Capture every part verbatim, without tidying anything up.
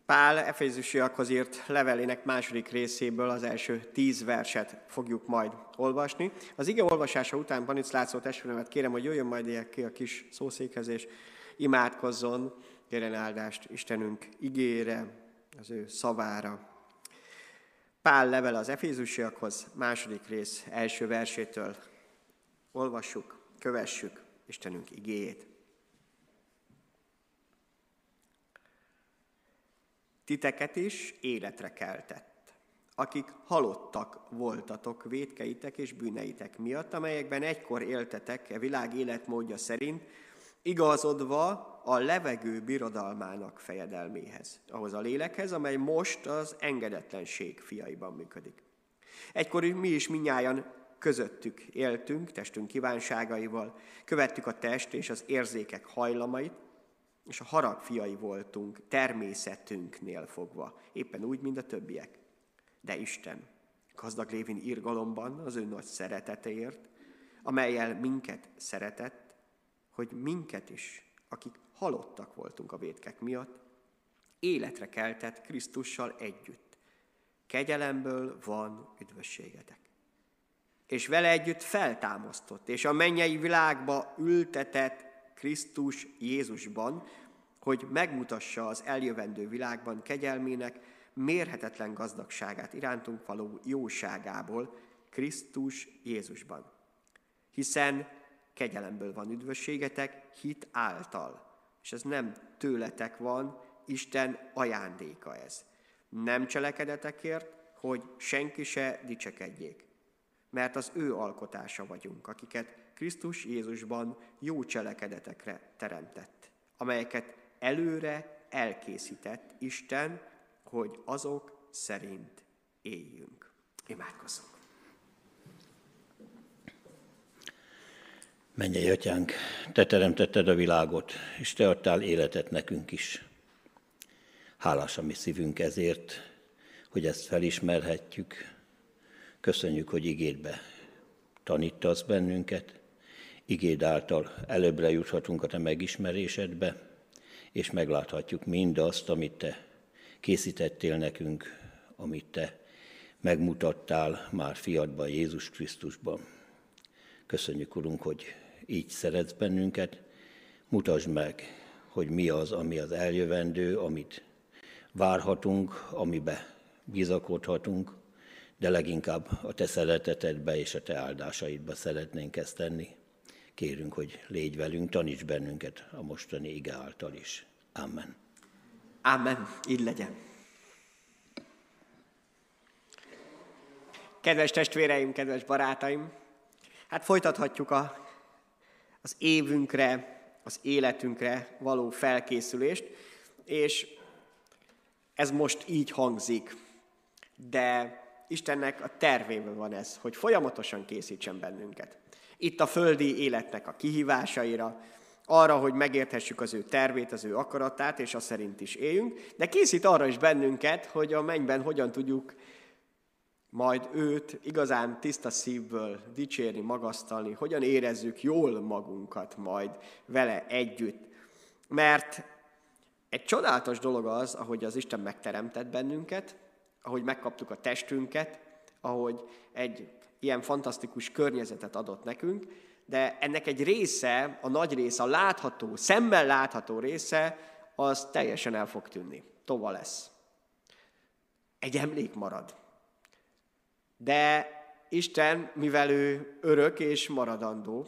Pál Efézusiakhoz írt levelének második részéből az első tíz verset fogjuk majd olvasni. Az ige olvasása után Banic László testvéremet kérem, hogy jöjjön majd ki a kis szószékhez, és imádkozzon, kérjen áldást Istenünk igére, az ő szavára. Pál levele az Efézusiakhoz, második rész első versétől olvassuk, kövessük Istenünk igéjét. Titeket is életre keltett, akik halottak voltatok vétkeitek és bűneitek miatt, amelyekben egykor éltetek e világ életmódja szerint, igazodva a levegő birodalmának fejedelméhez, ahhoz a lélekhez, amely most az engedetlenség fiaiban működik. Egykor mi is mindnyájan közöttük éltünk, testünk kívánságaival, követtük a test és az érzékek hajlamait, és a harag fiai voltunk természetünknél fogva, éppen úgy, mint a többiek. De Isten, gazdag lévén irgalomban az ő nagy szeretetéért, amellyel minket szeretett, hogy minket is, akik halottak voltunk a vétkek miatt, életre keltett Krisztussal együtt. Kegyelemből van üdvösségetek. És vele együtt feltámasztott, és a mennyei világba ültetett Krisztus Jézusban, hogy megmutassa az eljövendő világban kegyelmének mérhetetlen gazdagságát irántunk való jóságából Krisztus Jézusban. Hiszen kegyelemből van üdvösségetek hit által, és ez nem tőletek van, Isten ajándéka ez. Nem cselekedetekért, hogy senki se dicsekedjék, mert az ő alkotása vagyunk, akiket Krisztus Jézusban jó cselekedetekre teremtett, amelyeket előre elkészített Isten, hogy azok szerint éljünk. Imádkozzunk! Mennyei Atyánk, Te teremtetted a világot, és Te adtál életet nekünk is. Hálás a mi szívünk ezért, hogy ezt felismerhetjük. Köszönjük, hogy igédbe tanítasz bennünket, igéd által előbbre juthatunk a Te megismerésedbe, és megláthatjuk mindazt, amit Te készítettél nekünk, amit Te megmutattál már fiadban, Jézus Krisztusban. Köszönjük, Urunk, hogy így szeretsz bennünket. Mutasd meg, hogy mi az, ami az eljövendő, amit várhatunk, amibe bizakodhatunk, de leginkább a Te szeretetedbe és a Te áldásaidba szeretnénk ezt tenni. Kérünk, hogy légy velünk, taníts bennünket a mostani ige által is. Amen. Amen. Így legyen. Kedves testvéreim, kedves barátaim, hát folytathatjuk a, az évünkre, az életünkre való felkészülést, és ez most így hangzik, de Istennek a tervében van ez, hogy folyamatosan készítsen bennünket. Itt a földi életnek a kihívásaira, arra, hogy megérthessük az ő tervét, az ő akaratát, és azt szerint is éljünk, de készít arra is bennünket, hogy a mennyben hogyan tudjuk majd őt igazán tiszta szívből dicsérni, magasztalni, hogyan érezzük jól magunkat majd vele együtt. Mert egy csodálatos dolog az, ahogy az Isten megteremtett bennünket, ahogy megkaptuk a testünket, ahogy egy ilyen fantasztikus környezetet adott nekünk, de ennek egy része, a nagy része, a látható, szemmel látható része, az teljesen el fog tűnni. Tova lesz. Egy emlék marad. De Isten, mivel ő örök és maradandó,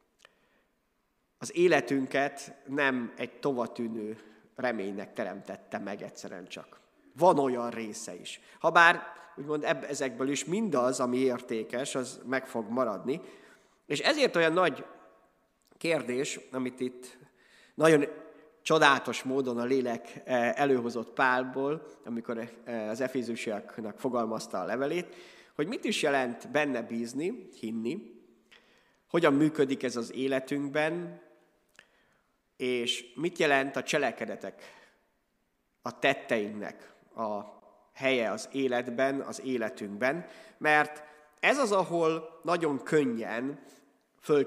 az életünket nem egy tovatűnő reménynek teremtette meg egyszerűen csak. Van olyan része is. Habár úgymond ebb, ezekből is mindaz, ami értékes, az meg fog maradni. És ezért olyan nagy kérdés, amit itt nagyon csodálatos módon a lélek előhozott Pálból, amikor az efézusiaknak fogalmazta a levelét, hogy mit is jelent benne bízni, hinni, hogyan működik ez az életünkben, és mit jelent a cselekedetek, a tetteinknek a helye az életben, az életünkben, mert ez az, ahol nagyon könnyen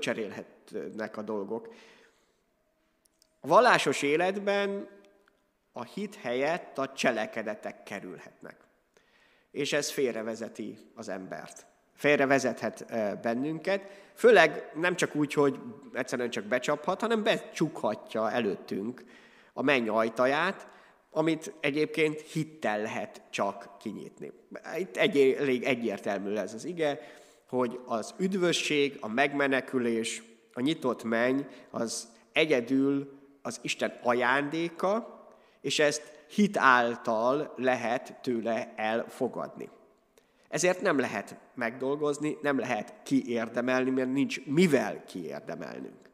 fölcserélhetnek a dolgok. A vallásos életben a hit helyett a cselekedetek kerülhetnek. És ez félrevezeti az embert. Félrevezethet bennünket, főleg nem csak úgy, hogy egyszerűen csak becsaphat, hanem becsukhatja előttünk a menny ajtaját, amit egyébként hittel lehet csak kinyitni. Itt egy, elég egyértelmű ez az ige, hogy az üdvösség, a megmenekülés, a nyitott menny az egyedül az Isten ajándéka, és ezt hit által lehet tőle elfogadni. Ezért nem lehet megdolgozni, nem lehet kiérdemelni, mert nincs mivel kiérdemelnünk.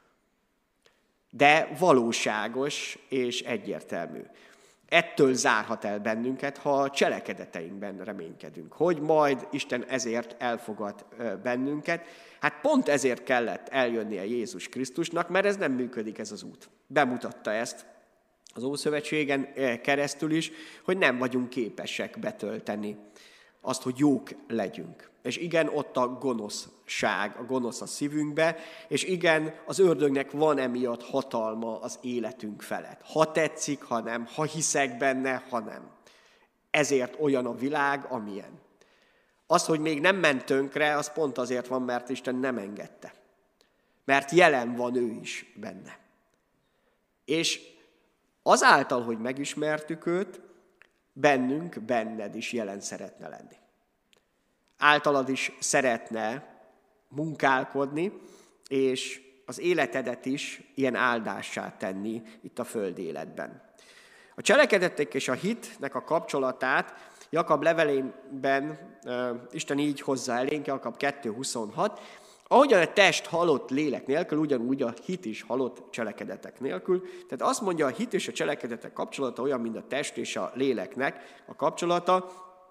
De valóságos és egyértelmű. Ettől zárhat el bennünket, ha a cselekedeteinkben reménykedünk, hogy majd Isten ezért elfogad bennünket. Hát pont ezért kellett eljönnie Jézus Krisztusnak, mert ez nem működik, ez az út. Bemutatta ezt az Ószövetségen keresztül is, hogy nem vagyunk képesek betölteni azt, hogy jók legyünk. És igen, ott a gonoszság, a gonosz a szívünkbe, és igen, az ördögnek van emiatt hatalma az életünk felett. Ha tetszik, ha nem, ha hiszek benne, ha nem. Ezért olyan a világ, amilyen. Az, hogy még nem ment tönkre, az pont azért van, mert Isten nem engedte. Mert jelen van ő is benne. És azáltal, hogy megismertük őt, bennünk, benned is jelen szeretne lenni. Általad is szeretne munkálkodni, és az életedet is ilyen áldássá tenni itt a földi életben. A cselekedetek és a hitnek a kapcsolatát Jakab levelében uh, Isten így hozza elénk, Jakab kettő huszonhat, ahogyan a test halott lélek nélkül, ugyanúgy a hit is halott cselekedetek nélkül. Tehát azt mondja, a hit és a cselekedetek kapcsolata olyan, mint a test és a léleknek a kapcsolata.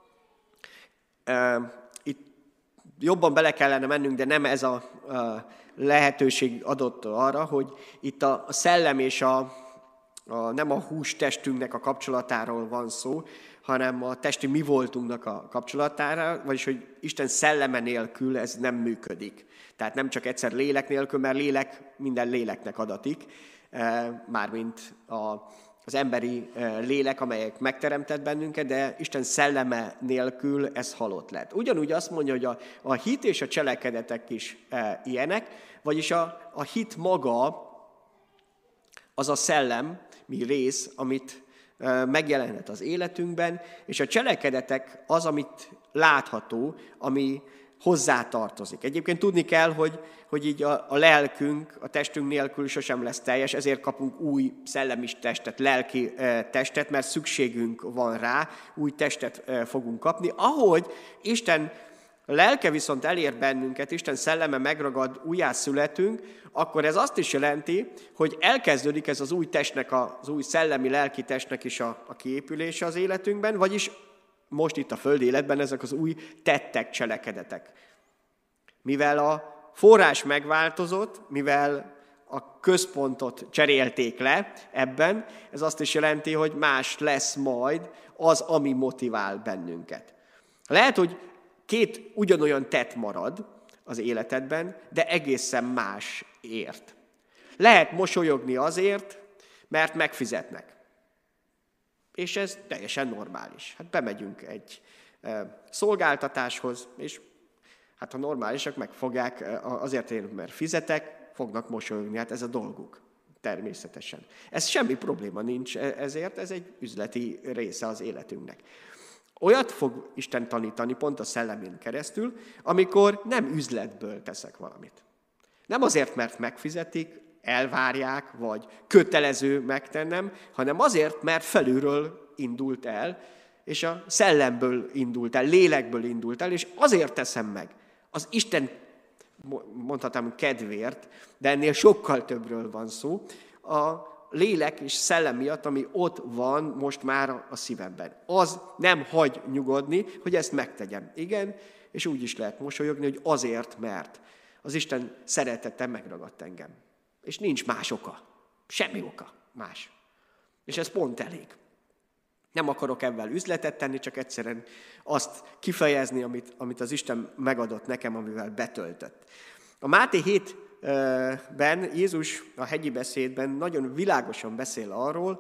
Itt jobban bele kellene mennünk, de nem ez a lehetőség adott arra, hogy itt a szellem és a, a nem a hús testünknek a kapcsolatáról van szó, hanem a testi mi voltunknak a kapcsolatára, vagyis hogy Isten szelleme nélkül ez nem működik. Tehát nem csak egyszer lélek nélkül, mert lélek minden léleknek adatik, mármint az emberi lélek, amelyek megteremtett bennünket, de Isten szelleme nélkül ez halott lett. Ugyanúgy azt mondja, hogy a, a hit és a cselekedetek is ilyenek, vagyis a, a hit maga az a szellem, mi rész, amit megjelenhet az életünkben, és a cselekedetek az, amit látható, ami hozzátartozik. Egyébként tudni kell, hogy, hogy így a, a lelkünk, a testünk nélkül sosem lesz teljes, ezért kapunk új szellemi testet, lelki e, testet, mert szükségünk van rá, új testet e, fogunk kapni. Ahogy Isten lelke viszont elér bennünket, Isten szelleme megragad, újjászületünk, akkor ez azt is jelenti, hogy elkezdődik ez az új testnek, az új szellemi lelki testnek is a, a kiépülése az életünkben, vagyis most itt a földi életben ezek az új tettek, cselekedetek. Mivel a forrás megváltozott, mivel a központot cserélték le ebben, ez azt is jelenti, hogy más lesz majd az, ami motivál bennünket. Lehet, hogy két ugyanolyan tett marad az életedben, de egészen más ért. Lehet mosolyogni azért, mert megfizetnek. És ez teljesen normális. Hát bemegyünk egy e, szolgáltatáshoz, és hát ha normálisak, megfogják, azért én, mert fizetek, fognak mosolyogni, hát ez a dolguk. Természetesen. Ez semmi probléma nincs ezért, ez egy üzleti része az életünknek. Olyat fog Isten tanítani pont a szellemén keresztül, amikor nem üzletből teszek valamit. Nem azért, mert megfizetik, elvárják, vagy kötelező megtennem, hanem azért, mert felülről indult el, és a szellemből indult el, lélekből indult el, és azért teszem meg. Az Isten, mondhatnám, kedvéért, de ennél sokkal többről van szó, a lélek és szellem miatt, ami ott van most már a szívemben. Az nem hagy nyugodni, hogy ezt megtegyem. Igen, és úgy is lehet mosolyogni, hogy azért, mert az Isten szeretete megragadt engem. És nincs más oka. Semmi oka más. És ez pont elég. Nem akarok ebben üzletet tenni, csak egyszerűen azt kifejezni, amit, amit az Isten megadott nekem, amivel betöltött. A Máté hétben Jézus a hegyi beszédben nagyon világosan beszél arról,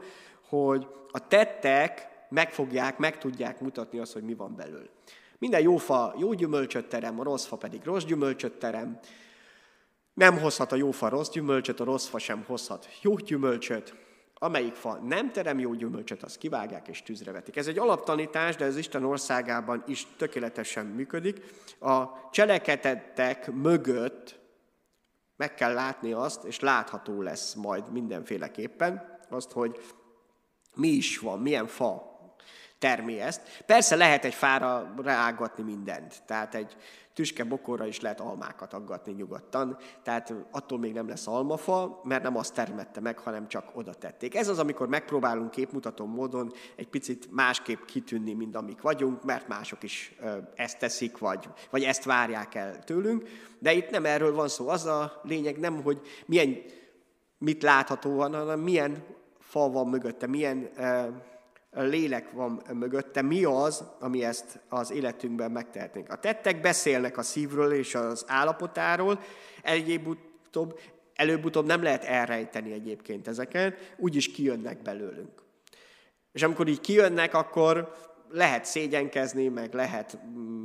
hogy a tettek megfogják, meg tudják mutatni azt, hogy mi van belül. Minden jó fa jó gyümölcsöt terem, a rossz fa pedig rossz gyümölcsöt terem. Nem hozhat a jó fa rossz gyümölcsöt, a rossz fa sem hozhat jó gyümölcsöt. Amelyik fa nem terem jó gyümölcsöt, azt kivágják és tűzre vetik. Ez egy alaptanítás, de ez Isten országában is tökéletesen működik. A cselekedetek mögött meg kell látni azt, és látható lesz majd mindenféleképpen azt, hogy mi is van, milyen fa termi ezt. Persze lehet egy fára ráaggatni mindent, tehát egy tüske bokorra is lehet almákat aggatni nyugodtan, tehát attól még nem lesz almafa, mert nem azt termette meg, hanem csak oda tették. Ez az, amikor megpróbálunk képmutató módon egy picit másképp kitűnni, mint amik vagyunk, mert mások is ezt teszik, vagy, vagy ezt várják el tőlünk, de itt nem erről van szó. Az a lényeg nem, hogy milyen, mit látható van, hanem milyen fa van mögötte, milyen lélek van mögötte, mi az, ami ezt az életünkben megtehetnénk. A tettek beszélnek a szívről és az állapotáról, egyéb-utóbb, előbb-utóbb nem lehet elrejteni egyébként ezeket, úgyis kijönnek belőlünk. És amikor így kijönnek, akkor lehet szégyenkezni, meg lehet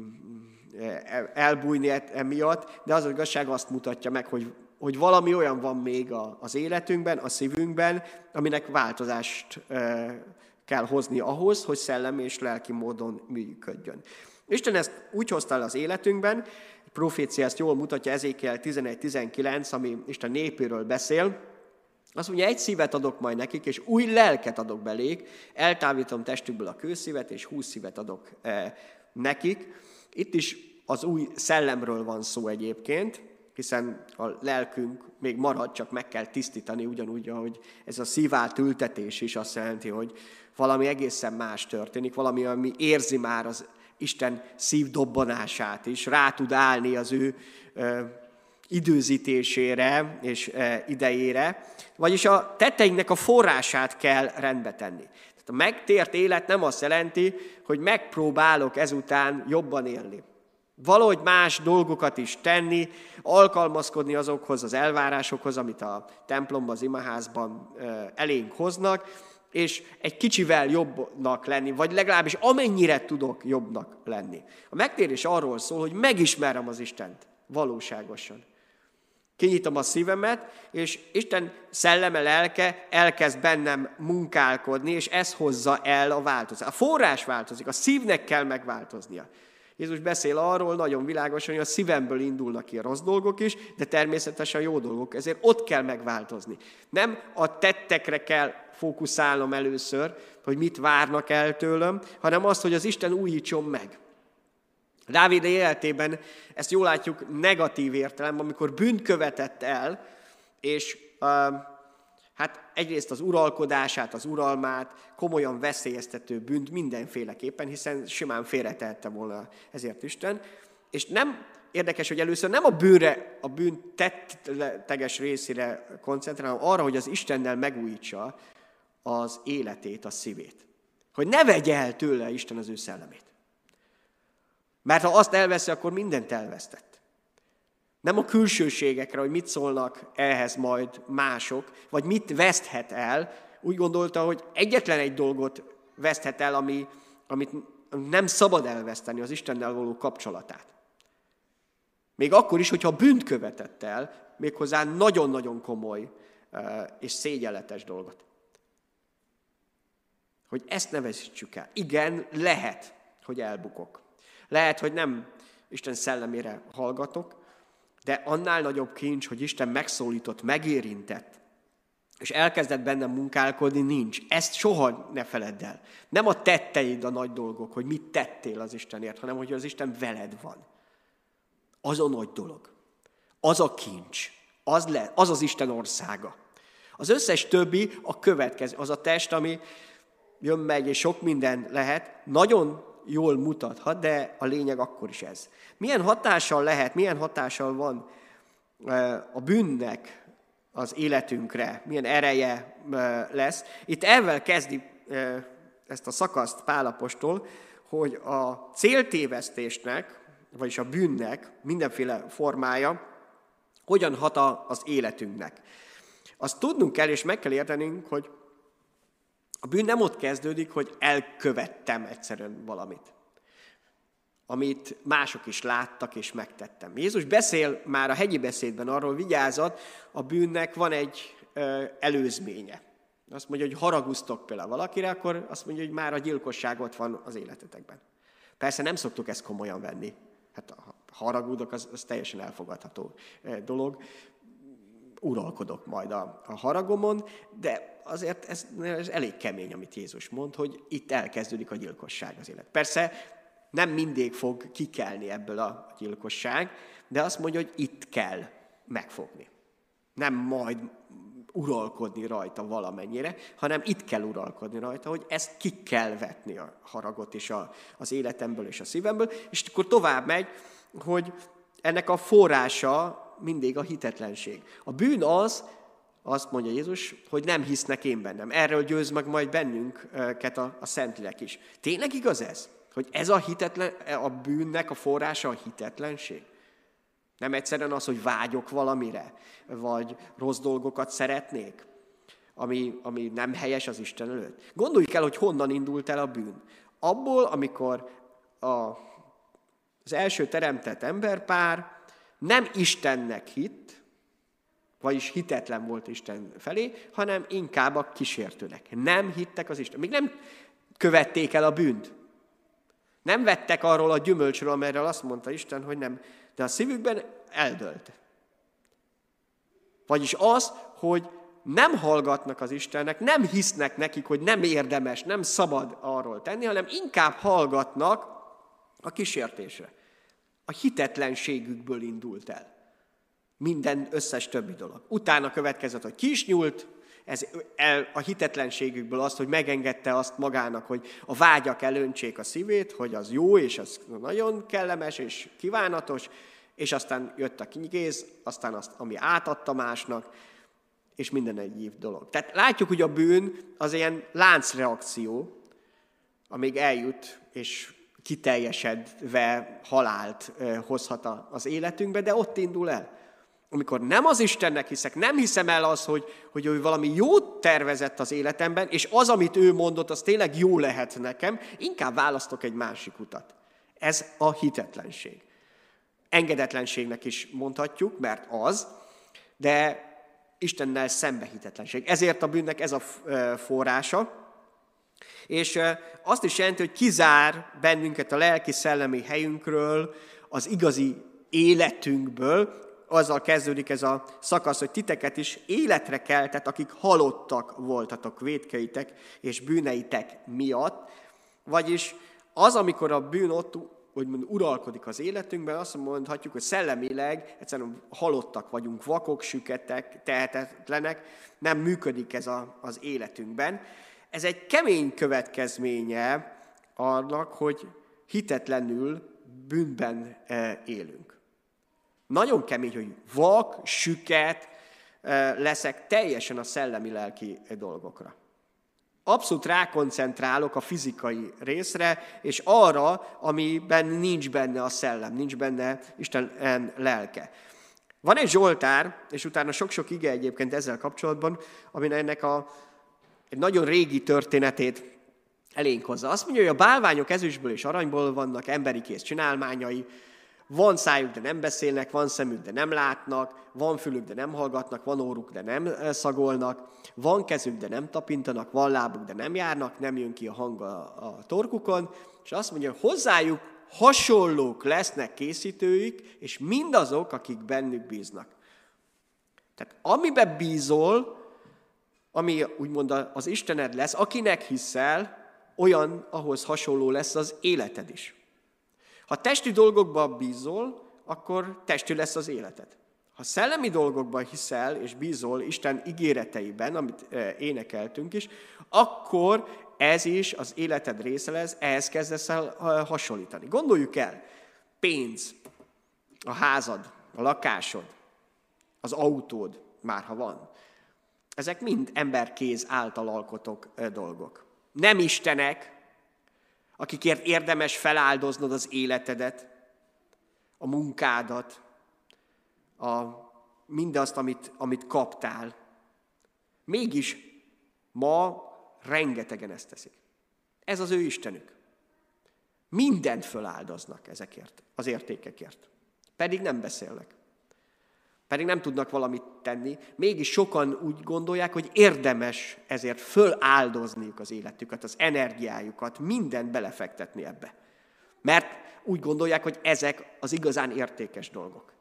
elbújni emiatt, de az igazság azt mutatja meg, hogy, hogy valami olyan van még az életünkben, a szívünkben, aminek változást kell hozni ahhoz, hogy szellemi és lelki módon működjön. Isten ezt úgy hozta el az életünkben, a profécia ezt jól mutatja, Ezékiel tizenegy tizenkilenc, ami Isten népéről beszél. Azt mondja, egy szívet adok majd nekik, és új lelket adok belék, eltávítom testükből a kőszívet, és húsz szívet adok eh, nekik. Itt is az új szellemről van szó egyébként, hiszen a lelkünk még marad, csak meg kell tisztítani, ugyanúgy, ahogy ez a szívát ültetés is azt jelenti, hogy valami egészen más történik, valami, ami érzi már az Isten szívdobbanását is, rá tud állni az ő ö, időzítésére és ö, idejére, vagyis a tetteinknek a forrását kell rendbe tenni. Tehát a megtért élet nem azt jelenti, hogy megpróbálok ezután jobban élni. Valahogy más dolgokat is tenni, alkalmazkodni azokhoz az elvárásokhoz, amit a templomban, az imaházban elénk hoznak, és egy kicsivel jobbnak lenni, vagy legalábbis amennyire tudok jobbnak lenni. A megtérés arról szól, hogy megismerem az Istent valóságosan. Kinyitom a szívemet, és Isten szelleme, lelke elkezd bennem munkálkodni, és ez hozza el a változást. A forrás változik, a szívnek kell megváltoznia. Jézus beszél arról nagyon világosan, hogy a szívemből indulnak ki a rossz dolgok is, de természetesen jó dolgok, ezért ott kell megváltozni. Nem a tettekre kell fókuszálnom először, hogy mit várnak el tőlem, hanem azt, hogy az Isten újítson meg. Dávid életében ezt jól látjuk negatív értelemben, amikor bűnt követett el, és uh, hát egyrészt az uralkodását, az uralmát, komolyan veszélyeztető bűnt mindenféleképpen, hiszen simán félretehette volna ezért Isten. És nem érdekes, hogy először nem a bűnre, a bűn tettes részére koncentrál, hanem arra, hogy az Istennel megújítsa az életét, a szívét. Hogy ne vegye el tőle Isten az ő szellemét. Mert ha azt elveszi, akkor mindent elvesztett. Nem a külsőségekre, hogy mit szólnak ehhez majd mások, vagy mit veszthet el. Úgy gondolta, hogy egyetlen egy dolgot veszthet el, ami, amit nem szabad elveszteni, az Istennel való kapcsolatát. Még akkor is, hogyha bűnt követett el, méghozzá nagyon-nagyon komoly és szégyenletes dolgot. Hogy ezt ne veszítsük el. Igen, lehet, hogy elbukok. Lehet, hogy nem Isten szellemére hallgatok, de annál nagyobb kincs, hogy Isten megszólított, megérintett, és elkezdett bennem munkálkodni, nincs. Ezt soha ne feledd el. Nem a tetteid a nagy dolgok, hogy mit tettél az Istenért, hanem hogy az Isten veled van. Az a nagy dolog. Az a kincs. Az, le, az az Isten országa. Az összes többi a következő. Az a test, ami jön, megy, és sok minden lehet, nagyon jól mutathat, de a lényeg akkor is ez. Milyen hatással lehet, milyen hatással van a bűnnek az életünkre, milyen ereje lesz. Itt ezzel kezdi ezt a szakaszt Pál apostol, hogy a céltévesztésnek, vagyis a bűnnek mindenféle formája hogyan hat az életünknek. Azt tudnunk kell, és meg kell értenünk, hogy A bűn nem ott kezdődik, hogy elkövettem egyszerűen valamit, amit mások is láttak és megtettem. Jézus beszél már a hegyi beszédben arról, vigyázat, a bűnnek van egy ö, előzménye. Azt mondja, hogy haraguztok például valakire, akkor azt mondja, hogy már a gyilkosság ott van az életetekben. Persze nem szoktuk ezt komolyan venni. Hát ha haragudok, az, az teljesen elfogadható dolog. Uralkodok majd a, a haragomon, de azért ez, ez elég kemény, amit Jézus mond, hogy itt elkezdődik a gyilkosság az élet. Persze nem mindig fog kikelni ebből a gyilkosság, de azt mondja, hogy itt kell megfogni. Nem majd uralkodni rajta valamennyire, hanem itt kell uralkodni rajta, hogy ezt ki kell vetni a haragot és a, az életemből és a szívemből, és akkor tovább megy, hogy ennek a forrása mindig a hitetlenség. A bűn az, azt mondja Jézus, hogy nem hisznek én bennem. Erről győz meg majd bennünket a, a Szentlélek is. Tényleg igaz ez? Hogy ez a, hitetlen, a bűnnek a forrása a hitetlenség? Nem egyszerűen az, hogy vágyok valamire, vagy rossz dolgokat szeretnék, ami, ami nem helyes az Isten előtt. Gondoljuk el, hogy honnan indult el a bűn. Abból, amikor a, az első teremtett emberpár nem Istennek hitt, vagyis hitetlen volt Isten felé, hanem inkább a kísértőnek. Nem hittek az Isten. Még nem követték el a bűnt. Nem vettek arról a gyümölcsről, amelyről azt mondta Isten, hogy nem. De a szívükben eldőlt. Vagyis az, hogy nem hallgatnak az Istennek, nem hisznek nekik, hogy nem érdemes, nem szabad arról tenni, hanem inkább hallgatnak a kísértésre. A hitetlenségükből indult el. Minden összes többi dolog. Utána következett, hogy ki is nyúlt, ez el, a hitetlenségükből azt, hogy megengedte azt magának, hogy a vágyak elöntsék a szívét, hogy az jó, és az nagyon kellemes, és kívánatos, és aztán jött a kinyigéz, aztán azt, ami átadta másnak, és minden egyéb dolog. Tehát látjuk, hogy a bűn az ilyen láncreakció, amíg eljut, és kiteljesedve halált hozhat az életünkbe, de ott indul el. Amikor nem az Istennek hiszek, nem hiszem el az, hogy, hogy ő valami jót tervezett az életemben, és az, amit ő mondott, az tényleg jó lehet nekem, inkább választok egy másik utat. Ez a hitetlenség. Engedetlenségnek is mondhatjuk, mert az, de Istennel szembe hitetlenség. Ezért a bűnnek ez a forrása, és azt is jelenti, hogy kizár bennünket a lelki-szellemi helyünkről, az igazi életünkből. Azzal kezdődik ez a szakasz, hogy titeket is életre keltett, akik halottak voltatok vétkeitek és bűneitek miatt. Vagyis az, amikor a bűn ott úgymond uralkodik az életünkben, azt mondhatjuk, hogy szellemileg egyszerűen halottak vagyunk, vakok, süketek, tehetetlenek, nem működik ez a, az életünkben. Ez egy kemény következménye annak, hogy hitetlenül bűnben élünk. Nagyon kemény, hogy vak, süket leszek teljesen a szellemi-lelki dolgokra. Abszolút rákoncentrálok a fizikai részre, és arra, amiben nincs benne a szellem, nincs benne Isten lelke. Van egy Zsoltár, és utána sok-sok ige egyébként ezzel kapcsolatban, amin ennek a, egy nagyon régi történetét elénk hozza. Azt mondja, hogy a bálványok ezüstből és aranyból vannak, emberi kéz csinálmányai, van szájuk, de nem beszélnek, van szemük, de nem látnak, van fülük, de nem hallgatnak, van óruk, de nem szagolnak, van kezük, de nem tapintanak, van lábuk, de nem járnak, nem jön ki a hang a, a torkukon, és azt mondja, hogy hozzájuk hasonlók lesznek készítőik, és mindazok, akik bennük bíznak. Tehát amiben bízol, ami úgymond az Istened lesz, akinek hiszel, olyan, ahhoz hasonló lesz az életed is. Ha testi dolgokban bízol, akkor testi lesz az életed. Ha szellemi dolgokban hiszel és bízol Isten ígéreteiben, amit énekeltünk is, akkor ez is az életed része lesz, ehhez kezdesz el hasonlítani. Gondoljuk el, pénz, a házad, a lakásod, az autód, már ha van. Ezek mind emberkéz által alkotok dolgok. Nem istenek, akikért érdemes feláldoznod az életedet, a munkádat, a, mindazt, amit, amit kaptál. Mégis ma rengetegen ezt teszik. Ez az ő Istenük. Mindent föláldoznak ezekért, az értékekért. Pedig nem beszélnek. Pedig nem tudnak valamit tenni. Mégis sokan úgy gondolják, hogy érdemes ezért föláldozniuk az életüket, az energiájukat, mindent belefektetni ebbe. Mert úgy gondolják, hogy ezek az igazán értékes dolgok.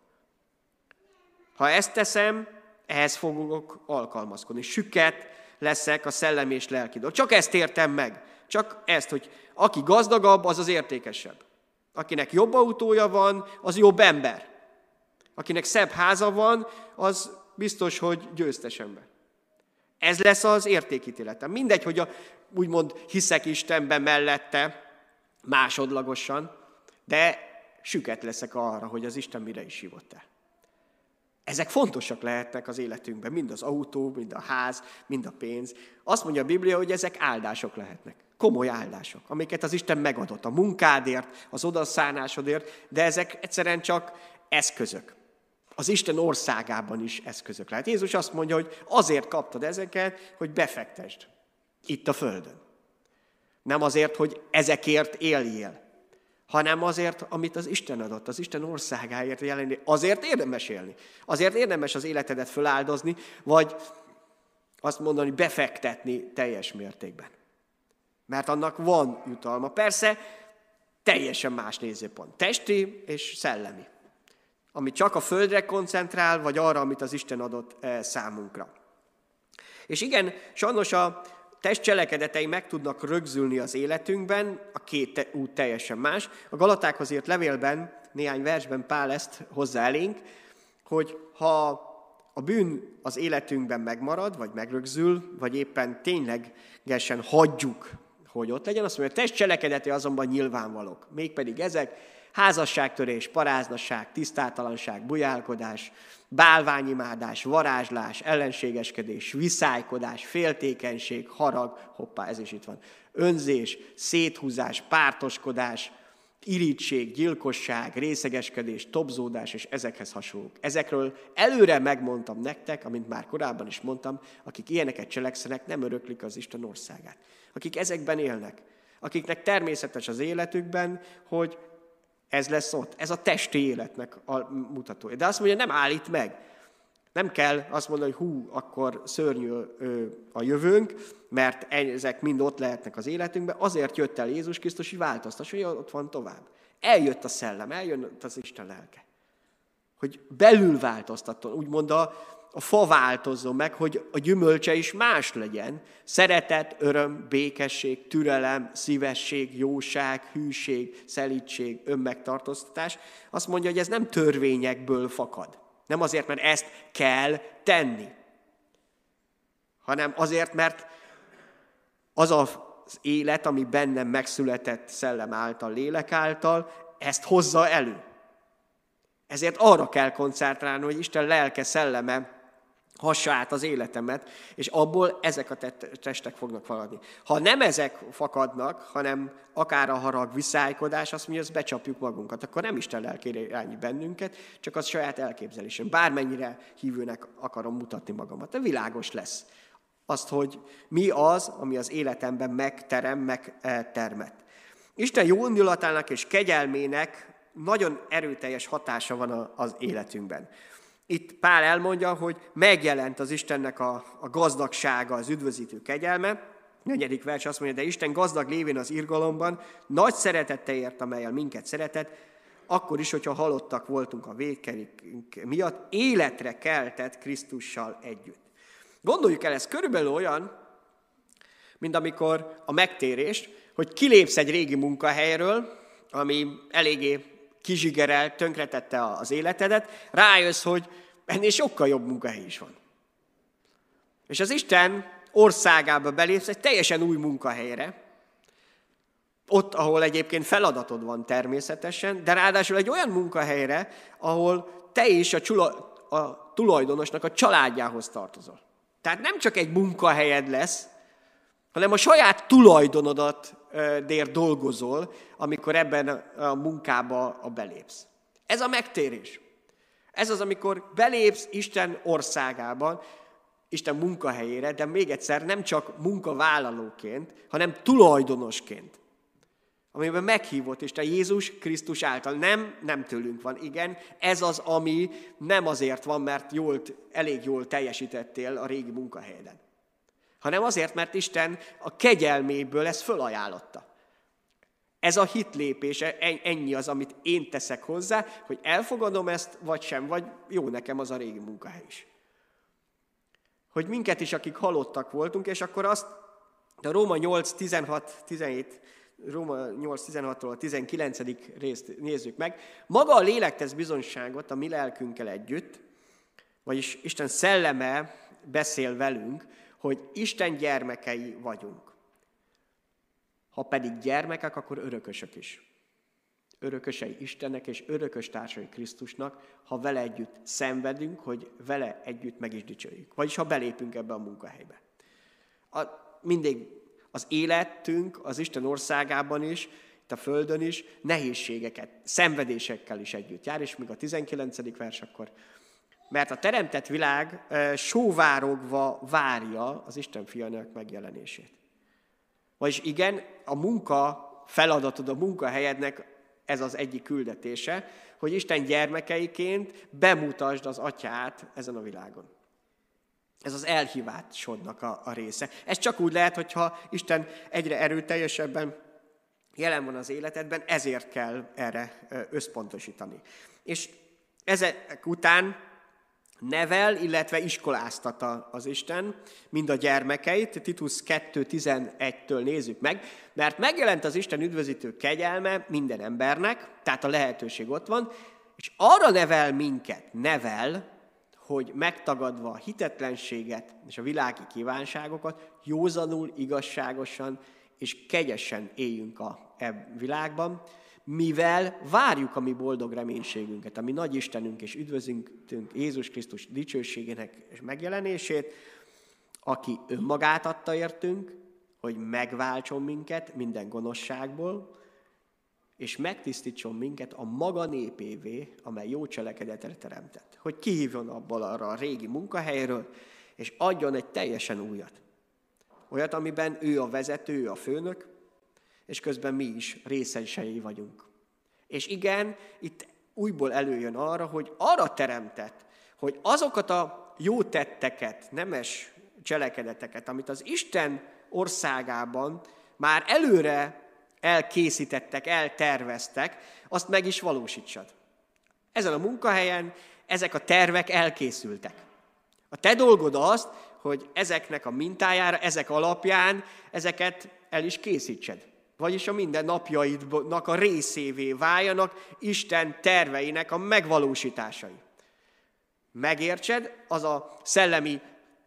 Ha ezt teszem, ehhez fogok alkalmazkodni. Süket leszek a szellemi és lelki dolog. Csak ezt értem meg. Csak ezt, hogy aki gazdagabb, az az értékesebb. Akinek jobb autója van, az jobb ember. Akinek szebb háza van, az biztos, hogy győztes ember. Ez lesz az értékítéletem. Mindegy, hogy a, úgymond hiszek Istenben mellette, másodlagosan, de süket leszek arra, hogy az Isten mire is hívott el. Ezek fontosak lehetnek az életünkben, mind az autó, mind a ház, mind a pénz. Azt mondja a Biblia, hogy ezek áldások lehetnek. Komoly áldások, amiket az Isten megadott a munkádért, az odaszánásodért, de ezek egyszerűen csak eszközök. Az Isten országában is eszközök lehet. Jézus azt mondja, hogy azért kaptad ezeket, hogy befektesd itt a földön. Nem azért, hogy ezekért éljél, hanem azért, amit az Isten adott, az Isten országáért jelenni. Azért érdemes élni. Azért érdemes az életedet föláldozni, vagy azt mondani, befektetni teljes mértékben. Mert annak van jutalma. Persze, teljesen más nézőpont. Testi és szellemi. Ami csak a földre koncentrál, vagy arra, amit az Isten adott számunkra. És igen, sajnos a test cselekedetei meg tudnak rögzülni az életünkben, a két út teljesen más. A Galatákhoz írt levélben, néhány versben Pál ezt hozzá elénk, hogy ha a bűn az életünkben megmarad, vagy megrögzül, vagy éppen ténylegesen hagyjuk, hogy ott legyen, azt mondja, a test cselekedetei azonban nyilvánvalók. Mégpedig ezek házasságtörés, paráznaság, tisztátalanság, bujálkodás, bálványimádás, varázslás, ellenségeskedés, viszálykodás, féltékenység, harag, hoppá, ez is itt van, önzés, széthúzás, pártoskodás, irigység, gyilkosság, részegeskedés, tobzódás és ezekhez hasonlók. Ezekről előre megmondtam nektek, amint már korábban is mondtam, akik ilyeneket cselekszenek, nem öröklik az Isten országát. Akik ezekben élnek, akiknek természetes az életükben, hogy ez lesz ott. Ez a testi életnek a mutatója. De azt mondja, nem állít meg. Nem kell azt mondani, hogy hú, akkor szörnyű a jövőnk, mert ezek mind ott lehetnek az életünkben. Azért jött el Jézus Krisztus, hogy változtass, hogy ott van tovább. Eljött a szellem, eljött az Isten lelke. Hogy belül változtaton, úgymond a, a fa változzon meg, hogy a gyümölcse is más legyen. Szeretet, öröm, békesség, türelem, szívesség, jóság, hűség, szelídség, önmegtartóztatás. Azt mondja, hogy ez nem törvényekből fakad. Nem azért, mert ezt kell tenni, hanem azért, mert az az élet, ami bennem megszületett szellem által, lélek által, ezt hozza elő. Ezért arra kell koncentrálni, hogy Isten lelke, szelleme hassa át az életemet, és abból ezek a testek fognak fakadni. Ha nem ezek fakadnak, hanem akár a harag, viszálykodás, azt mondja, hogy becsapjuk magunkat, akkor nem Isten lelkére irányít bennünket, csak az saját elképzelésem. Bármennyire hívőnek akarom mutatni magamat, de világos lesz azt, hogy mi az, ami az életemben megterem, megtermet. Isten jó indulatának és kegyelmének nagyon erőteljes hatása van az életünkben. Itt Pál elmondja, hogy megjelent az Istennek a, a gazdagsága, az üdvözítő kegyelme. Negyedik vers azt mondja, de Isten gazdag lévén az irgalomban, nagy szeretettel ért, amellyel minket szeretett, akkor is, hogyha halottak voltunk a vétkeink miatt, életre keltett Krisztussal együtt. Gondoljuk el, ez körülbelül olyan, mint amikor a megtérés, hogy kilépsz egy régi munkahelyről, ami eléggé kizsigerelt, tönkretette az életedet, rájössz, hogy ennél sokkal jobb munkahely is van. És az Isten országába belépsz egy teljesen új munkahelyre, ott, ahol egyébként feladatod van természetesen, de ráadásul egy olyan munkahelyre, ahol te is a, csula, a tulajdonosnak a családjához tartozol. Tehát nem csak egy munkahelyed lesz, hanem a saját tulajdonodat dér dolgozol, amikor ebben a munkába belépsz. Ez a megtérés. Ez az, amikor belépsz Isten országában, Isten munkahelyére, de még egyszer nem csak munkavállalóként, hanem tulajdonosként, amiben meghívott Isten Jézus Krisztus által. Nem, nem tőlünk van, igen, ez az, ami nem azért van, mert jól, elég jól teljesítettél a régi munkahelyeden, hanem azért, mert Isten a kegyelméből ezt fölajánlotta. Ez a hitlépése, ennyi az, amit én teszek hozzá, hogy elfogadom ezt, vagy sem, vagy jó nekem az a régi munkahely is. Hogy minket is, akik halottak voltunk, és akkor azt a Róma nyolc tizenhat tizenhét, Róma nyolc tizenhattól a tizenkilencedik részt nézzük meg. Maga a lélek tesz bizonyságot a mi lelkünkkel együtt, vagyis Isten szelleme beszél velünk, hogy Isten gyermekei vagyunk. Ha pedig gyermekek, akkor örökösök is. Örökösei Istennek és örökös társai Krisztusnak, ha vele együtt szenvedünk, hogy vele együtt meg is dicsőjük. Vagyis ha belépünk ebbe a munkahelybe. A, mindig az életünk az Isten országában is, itt a földön is nehézségeket, szenvedésekkel is együtt jár, és még a tizenkilencedik vers akkor. Mert a teremtett világ sóvárogva várja az Isten fiának megjelenését. Vagyis igen, a munka feladatod, a munkahelyednek ez az egyik küldetése, hogy Isten gyermekeiként bemutasd az atyát ezen a világon. Ez az elhívásodnak a, a része. Ez csak úgy lehet, hogyha Isten egyre erőteljesebben jelen van az életedben, ezért kell erre összpontosítani. És ezek után nevel, illetve iskoláztat az Isten mind a gyermekeit. Titus kettő tizenegytől nézzük meg, mert megjelent az Isten üdvözítő kegyelme minden embernek, tehát a lehetőség ott van, és arra nevel minket, nevel, hogy megtagadva a hitetlenséget és a világi kívánságokat, józanul, igazságosan és kegyesen éljünk a e világban, mivel várjuk a mi boldog reménységünket, a mi nagy Istenünk és üdvözítünk Jézus Krisztus dicsőségének és megjelenését, aki önmagát adta értünk, hogy megváltson minket minden gonoszságból, és megtisztítson minket a maga népévé, amely jó cselekedetre teremtett. Hogy kihívjon abból arra a régi munkahelyről, és adjon egy teljesen újat. Olyat, amiben ő a vezető, ő a főnök, és közben mi is részesei vagyunk. És igen, itt újból előjön arra, hogy arra teremtett, hogy azokat a jó tetteket, nemes cselekedeteket, amit az Isten országában már előre elkészítettek, elterveztek, azt meg is valósítsad. Ezen a munkahelyen ezek a tervek elkészültek. A te dolgod az, hogy ezeknek a mintájára, ezek alapján ezeket el is készítsed. Vagyis a minden napjaidnak a részévé váljanak Isten terveinek a megvalósításai. Megértsed az a szellemi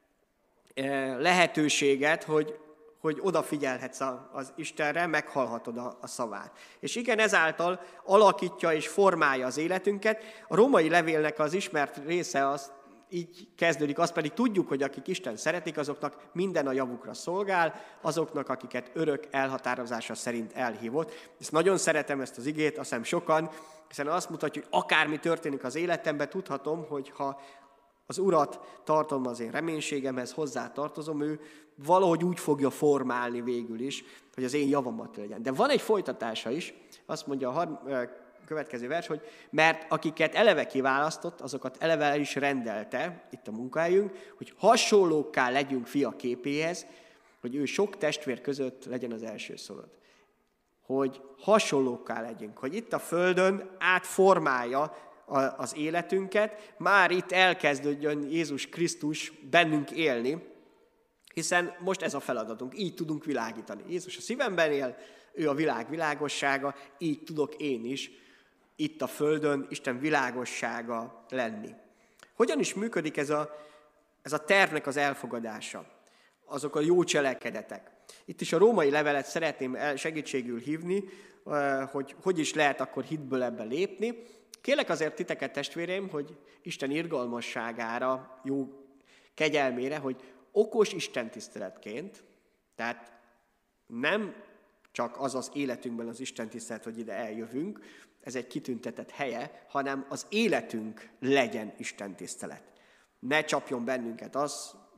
lehetőséget, hogy, hogy odafigyelhetsz az Istenre, meghallhatod a, a szavát. És igen, ezáltal alakítja és formálja az életünket. A római levélnek az ismert része az így kezdődik, azt pedig tudjuk, hogy akik Isten szeretik, azoknak minden a javukra szolgál, azoknak, akiket örök elhatározása szerint elhívott. Ezt nagyon szeretem, ezt az igét, azt hiszem sokan, hiszen azt mutatja, hogy akármi történik az életemben, tudhatom, hogy ha az Urat tartom az én reménységemhez, hozzá tartozom, ő valahogy úgy fogja formálni végül is, hogy az én javamat legyen. De van egy folytatása is, azt mondja a következő vers, hogy mert akiket eleve kiválasztott, azokat eleve el is rendelte, itt a munkahelyünk, hogy hasonlókká legyünk fia képéhez, hogy ő sok testvér között legyen az elsőszülött. Hogy hasonlókká legyünk, hogy itt a földön átformálja az életünket, már itt elkezdődjön Jézus Krisztus bennünk élni, hiszen most ez a feladatunk, így tudunk világítani. Jézus a szívemben él, ő a világ világossága, így tudok én is itt a földön Isten világossága lenni. Hogyan is működik ez a, ez a tervnek az elfogadása? Azok a jó cselekedetek. Itt is a római levelet szeretném segítségül hívni, hogy hogy is lehet akkor hitből ebbe lépni. Kérlek azért titeket, testvéreim, hogy Isten irgalmasságára, jó kegyelmére, hogy okos istentiszteletként, tehát nem csak az az életünkben az istentisztelet, hogy ide eljövünk, ez egy kitüntetett helye, hanem az életünk legyen istentisztelet. Ne csapjon bennünket az,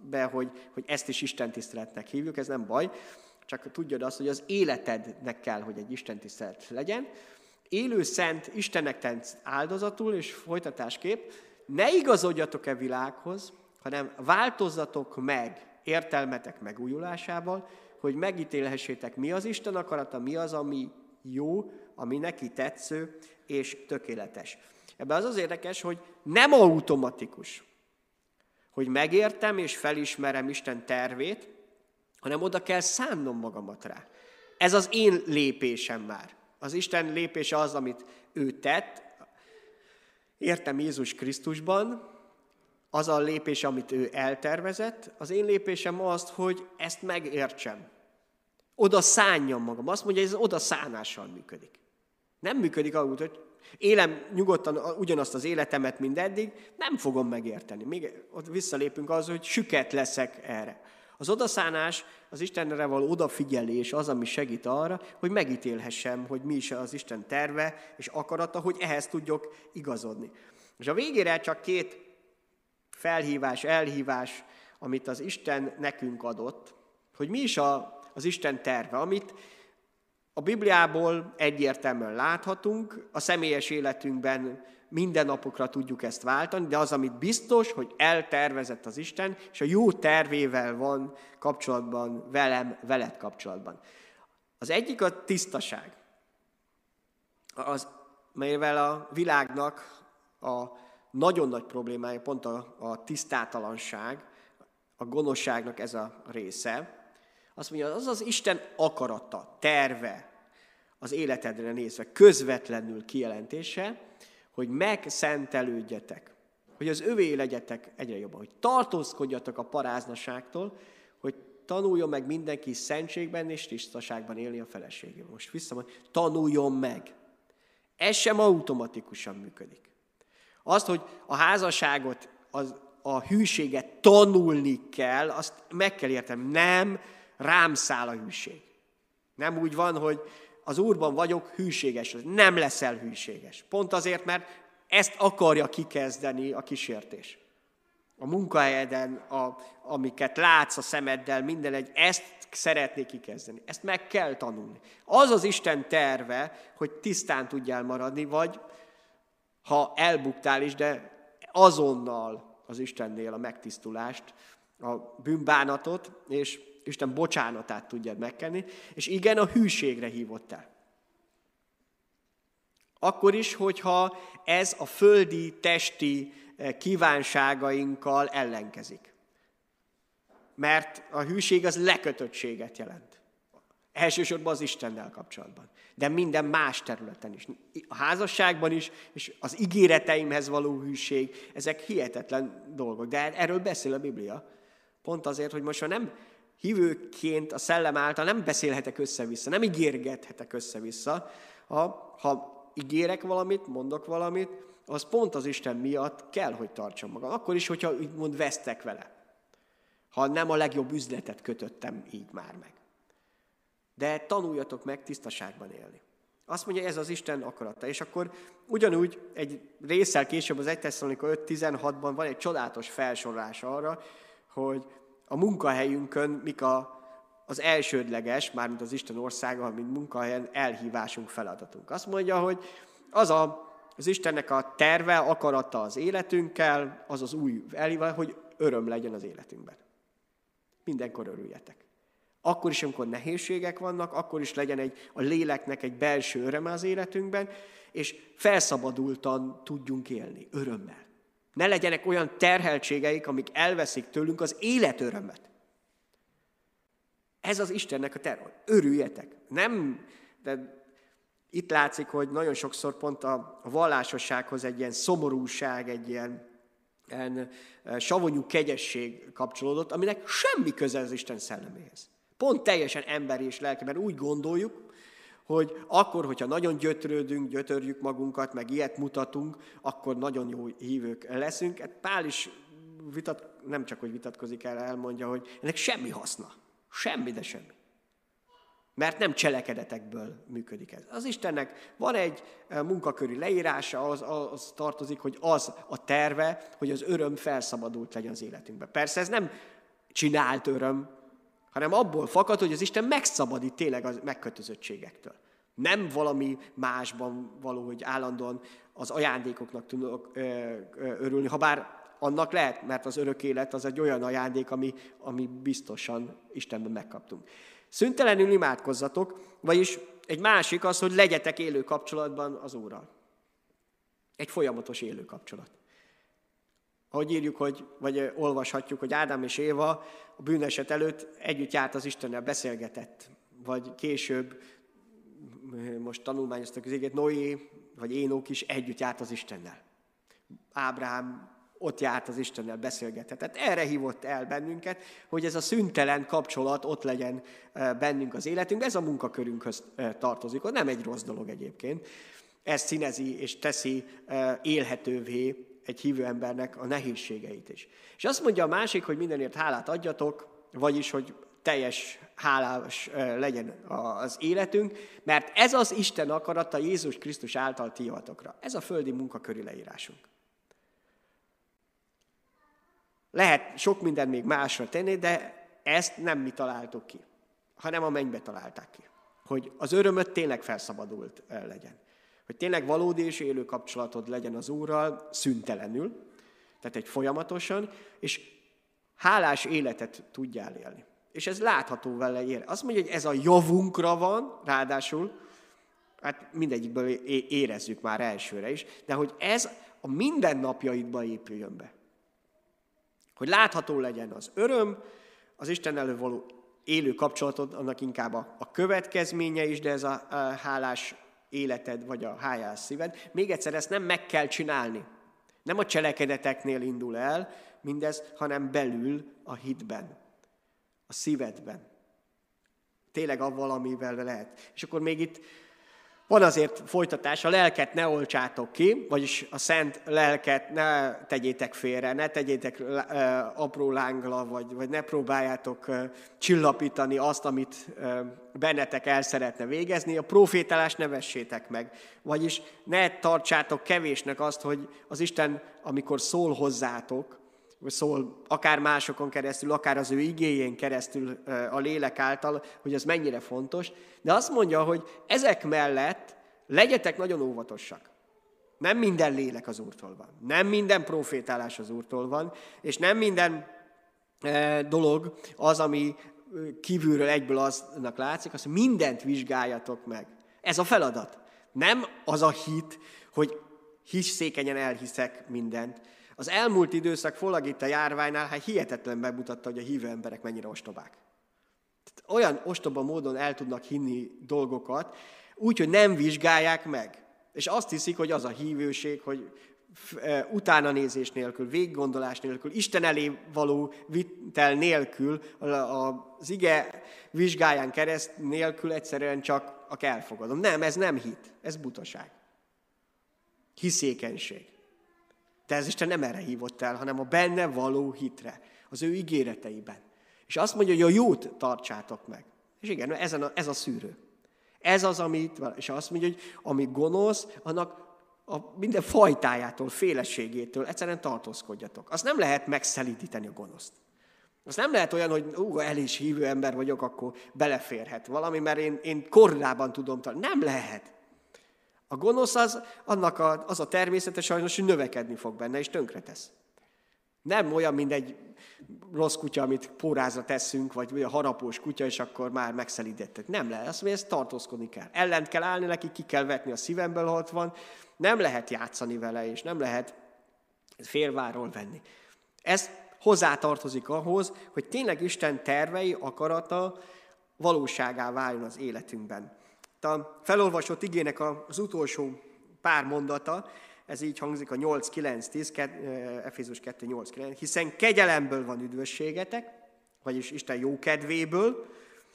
be, hogy, hogy ezt is istentiszteletnek hívjuk, ez nem baj, csak tudjad azt, hogy az életednek kell, hogy egy istentisztelet legyen. Élő szent, Istennek tett áldozatul, és folytatásképp, ne igazodjatok-e világhoz, hanem változzatok meg értelmetek megújulásával, hogy megítélhessétek, mi az Isten akarata, mi az, ami jó, ami neki tetsző és tökéletes. Ebben az az érdekes, hogy nem automatikus, hogy megértem és felismerem Isten tervét, hanem oda kell szánnom magamat rá. Ez az én lépésem már. Az Isten lépése az, amit ő tett, értem Jézus Krisztusban, az a lépés, amit ő eltervezett, az én lépésem az, hogy ezt megértsem. Oda szánjam magam. Azt mondja, hogy ez oda szánással működik. Nem működik úgy, hogy élem nyugodtan ugyanazt az életemet, mint eddig, nem fogom megérteni. Még ott visszalépünk az, hogy süket leszek erre. Az odaszánás, az Istenre való odafigyelés az, ami segít arra, hogy megítélhessem, hogy mi is az Isten terve és akarata, hogy ehhez tudjak igazodni. És a végére csak két felhívás, elhívás, amit az Isten nekünk adott, hogy mi is a, az Isten terve, amit a Bibliából egyértelműen láthatunk, a személyes életünkben minden napokra tudjuk ezt váltani, de az, amit biztos, hogy eltervezett az Isten, és a jó tervével van kapcsolatban, velem, veled kapcsolatban. Az egyik a tisztaság, az, melyvel a világnak a nagyon nagy problémája pont a, a tisztátalanság, a gonoszságnak ez a része. Azt mondja, az az Isten akarata, terve az életedre nézve, közvetlenül kijelentése, hogy megszentelődjetek, hogy az övé legyetek egyre jobban, hogy tartózkodjatok a paráznaságtól, hogy tanuljon meg mindenki szentségben és tisztaságban élni a feleségével. Most visszamond, tanuljon meg. Ez sem automatikusan működik. Azt, hogy a házasságot, az, a hűséget tanulni kell, azt meg kell értem. Nem rám száll a hűség. Nem úgy van, hogy az Úrban vagyok, hűséges. Nem leszel hűséges. Pont azért, mert ezt akarja kikezdeni a kísértés. A munkahelyeden, a, amiket látsz a szemeddel, minden egy, ezt szeretné kikezdeni. Ezt meg kell tanulni. Az az Isten terve, hogy tisztán tudjál maradni, vagy ha elbuktál is, de azonnal az Istennél a megtisztulást, a bűnbánatot, és Isten bocsánatát tudjad megkenni, és igen, a hűségre hívott el. Akkor is, hogyha ez a földi, testi kívánságainkkal ellenkezik. Mert a hűség az lekötöttséget jelent. Elsősorban az Istennel kapcsolatban. De minden más területen is. A házasságban is, és az ígéreteimhez való hűség, ezek hihetetlen dolgok. De erről beszél a Biblia. Pont azért, hogy most nem hívőként a szellem által nem beszélhetek össze-vissza, nem ígérgethetek össze-vissza. Ha, ha ígérek valamit, mondok valamit, az pont az Isten miatt kell, hogy tartsam magam. Akkor is, hogyha úgymond vesztek vele. Ha nem a legjobb üzletet kötöttem így már meg. De tanuljatok meg tisztaságban élni. Azt mondja, ez az Isten akarata. És akkor ugyanúgy egy résszel később az Első Tesszalonika öt tizenhatban van egy csodálatos felsorolás arra, hogy a munkahelyünkön mik a, az elsődleges, mármint az Isten országa, mint munkahelyen elhívásunk, feladatunk. Azt mondja, hogy az a, az Istennek a terve, akarata az életünkkel, az az új elhívás, hogy öröm legyen az életünkben. Mindenkor örüljetek. Akkor is, amikor nehézségek vannak, akkor is legyen egy, a léleknek egy belső öröme az életünkben, és felszabadultan tudjunk élni, örömmel. Ne legyenek olyan terheltségeik, amik elveszik tőlünk az élet örömet. Ez az Istennek a terve. Örüljetek. Nem, de itt látszik, hogy nagyon sokszor pont a vallásossághoz egy ilyen szomorúság, egy ilyen, ilyen savanyú kegyesség kapcsolódott, aminek semmi köze az Isten szelleméhez. Pont teljesen emberi és lelki, mert úgy gondoljuk, hogy akkor, hogyha nagyon gyötrődünk, gyötörjük magunkat, meg ilyet mutatunk, akkor nagyon jó hívők leszünk. Hát Pál is vitat, nem csak, hogy vitatkozik el, elmondja, hogy ennek semmi haszna. Semmi, de semmi. Mert nem cselekedetekből működik ez. Az Istennek van egy munkaköri leírása, az, az tartozik, hogy az a terve, hogy az öröm felszabadult legyen az életünkben. Persze ez nem csinált öröm, hanem abból fakad, hogy az Isten megszabadít tényleg a megkötözöttségektől. Nem valami másban való, hogy állandóan az ajándékoknak tudok örülni, ha bár annak lehet, mert az örök élet az egy olyan ajándék, ami, ami biztosan Istenben megkaptunk. Szüntelenül imádkozzatok, vagyis egy másik az, hogy legyetek élő kapcsolatban az Úrral. Egy folyamatos élő kapcsolat. Ahogy írjuk, hogy, vagy olvashatjuk, hogy Ádám és Éva a bűneset előtt együtt járt az Istennel, beszélgetett. Vagy később, most tanulmányoztak az igét, Noé vagy Énok is együtt járt az Istennel. Ábrahám ott járt az Istennel, beszélgetett. Erre hívott el bennünket, hogy ez a szüntelen kapcsolat ott legyen bennünk az életünkben. Ez a munkakörünkhöz tartozik. Nem egy rossz dolog egyébként. Ez színezi és teszi élhetővé egy hívő embernek a nehézségeit is. És azt mondja a másik, hogy mindenért hálát adjatok, vagyis, hogy teljes hálás legyen az életünk, mert ez az Isten akarata Jézus Krisztus által ti javatokra. Ez a földi munkaköri leírásunk. Lehet sok mindent még másra tenni, de ezt nem mi találtuk ki, hanem a mennybe találták ki. Hogy az örömöt tényleg felszabadult legyen. Hogy tényleg valódi és élő kapcsolatod legyen az Úrral szüntelenül, tehát egy folyamatosan, és hálás életet tudjál élni. És ez látható vele ér. Azt mondja, hogy ez a javunkra van, ráadásul, hát mindegyikből érezzük már elsőre is, de hogy ez a mindennapjaidba épüljön be. Hogy látható legyen az öröm, az Isten elől való élő kapcsolatod, annak inkább a, a következménye is, de ez a, a hálás életed, vagy a hálás szíved. Még egyszer, ezt nem meg kell csinálni. Nem a cselekedeteknél indul el mindez, hanem belül a hitben, a szívedben. Tényleg avval, amivel lehet. És akkor még itt van azért folytatás, a lelket ne oltsátok ki, vagyis a szent lelket ne tegyétek félre, ne tegyétek apró lángla, vagy, vagy ne próbáljátok csillapítani azt, amit bennetek el szeretne végezni, a profétálást ne vessétek meg. Vagyis ne tartsátok kevésnek azt, hogy az Isten, amikor szól hozzátok, vagy szól akár másokon keresztül, akár az ő igéjén keresztül a lélek által, hogy az mennyire fontos. De azt mondja, hogy ezek mellett legyetek nagyon óvatosak. Nem minden lélek az Úrtól van. Nem minden profétálás az Úrtól van, és nem minden dolog az, ami kívülről egyből aznak látszik, azt mindent vizsgáljatok meg. Ez a feladat. Nem az a hit, hogy hisszékenyen elhiszek mindent. Az elmúlt időszak főleg itt a járványnál hát hihetetlen megmutatta, hogy a hívő emberek mennyire ostobák. Tehát olyan ostoba módon el tudnak hinni dolgokat, úgy, hogy nem vizsgálják meg. És azt hiszik, hogy az a hívőség, hogy utánanézés nélkül, végiggondolás nélkül, Isten elé való vitel nélkül, az ige vizsgáján keresztül nélkül egyszerűen csak elfogadom. Nem, ez nem hit, ez butaság. Hiszékenység. De ez Isten nem erre hívott el, hanem a benne való hitre, az ő ígéreteiben. És azt mondja, hogy a jót tartsátok meg. És igen, ez a, ez a szűrő. Ez az, amit, és azt mondja, hogy ami gonosz, annak a minden fajtájától, féleségétől egyszerűen tartózkodjatok. Azt nem lehet megszelídíteni a gonoszt. Azt nem lehet olyan, hogy ú, el is hívő ember vagyok, akkor beleférhet valami, mert én, én korrában tudom tartani. Nem lehet. A gonosz az, annak a, az a természete sajnos, hogy növekedni fog benne, és tönkretesz. Nem olyan, mint egy rossz kutya, amit pórázra teszünk, vagy a harapós kutya, és akkor már megszelítettek. Nem lehet. Azt mondja, ezt tartózkodni kell. Ellent kell állni neki, ki kell vetni a szívemből, ha ott van. Nem lehet játszani vele, és nem lehet félváról venni. Ez hozzátartozik ahhoz, hogy tényleg Isten tervei, akarata valóságá váljon az életünkben. A felolvasott igének az utolsó pár mondata, ez így hangzik a nyolc kilenc tíz, Efézus kettő nyolc kilenc, hiszen kegyelemből van üdvösségetek, vagyis Isten jókedvéből,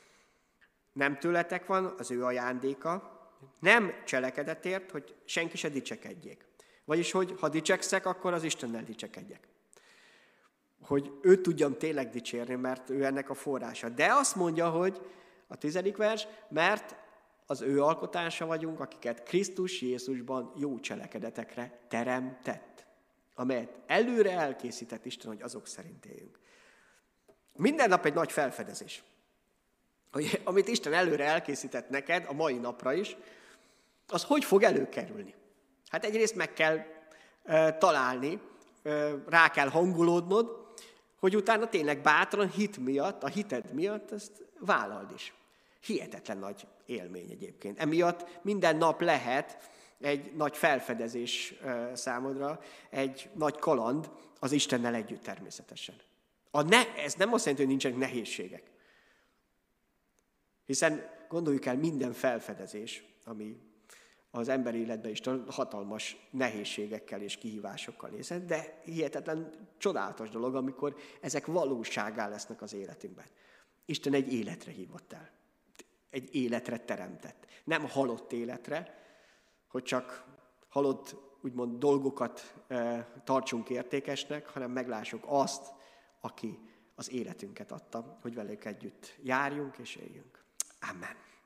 nem tőletek van, az ő ajándéka, nem cselekedetért, hogy senki se dicsekedjék. Vagyis, hogy ha dicsekszek, akkor az Istennel dicsekedjek. Hogy őt tudjam tényleg dicsérni, mert ő ennek a forrása. De azt mondja, hogy a tizedik vers, mert az ő alkotása vagyunk, akiket Krisztus Jézusban jó cselekedetekre teremtett, amelyet előre elkészített Isten, hogy azok szerint éljünk. Minden nap egy nagy felfedezés. Hogy amit Isten előre elkészített neked, a mai napra is, az hogy fog előkerülni? Hát egyrészt meg kell e, találni, e, rá kell hangolódnod, hogy utána tényleg bátran hit miatt, a hited miatt ezt vállald is. Hihetetlen nagy élmény egyébként. Emiatt minden nap lehet egy nagy felfedezés e, számodra, egy nagy kaland az Istennel együtt természetesen. A ne, ez nem azt jelenti, hogy nincsenek nehézségek. Hiszen gondoljuk el, minden felfedezés, ami az emberi életben is hatalmas nehézségekkel és kihívásokkal nézhet, de hihetetlen csodálatos dolog, amikor ezek valóságá lesznek az életünkben. Isten egy életre hívott el. Egy életre teremtett. Nem halott életre, hogy csak halott, úgymond dolgokat e, tartsunk értékesnek, hanem meglássuk azt, aki az életünket adta, hogy velük együtt járjunk és éljünk. Amen.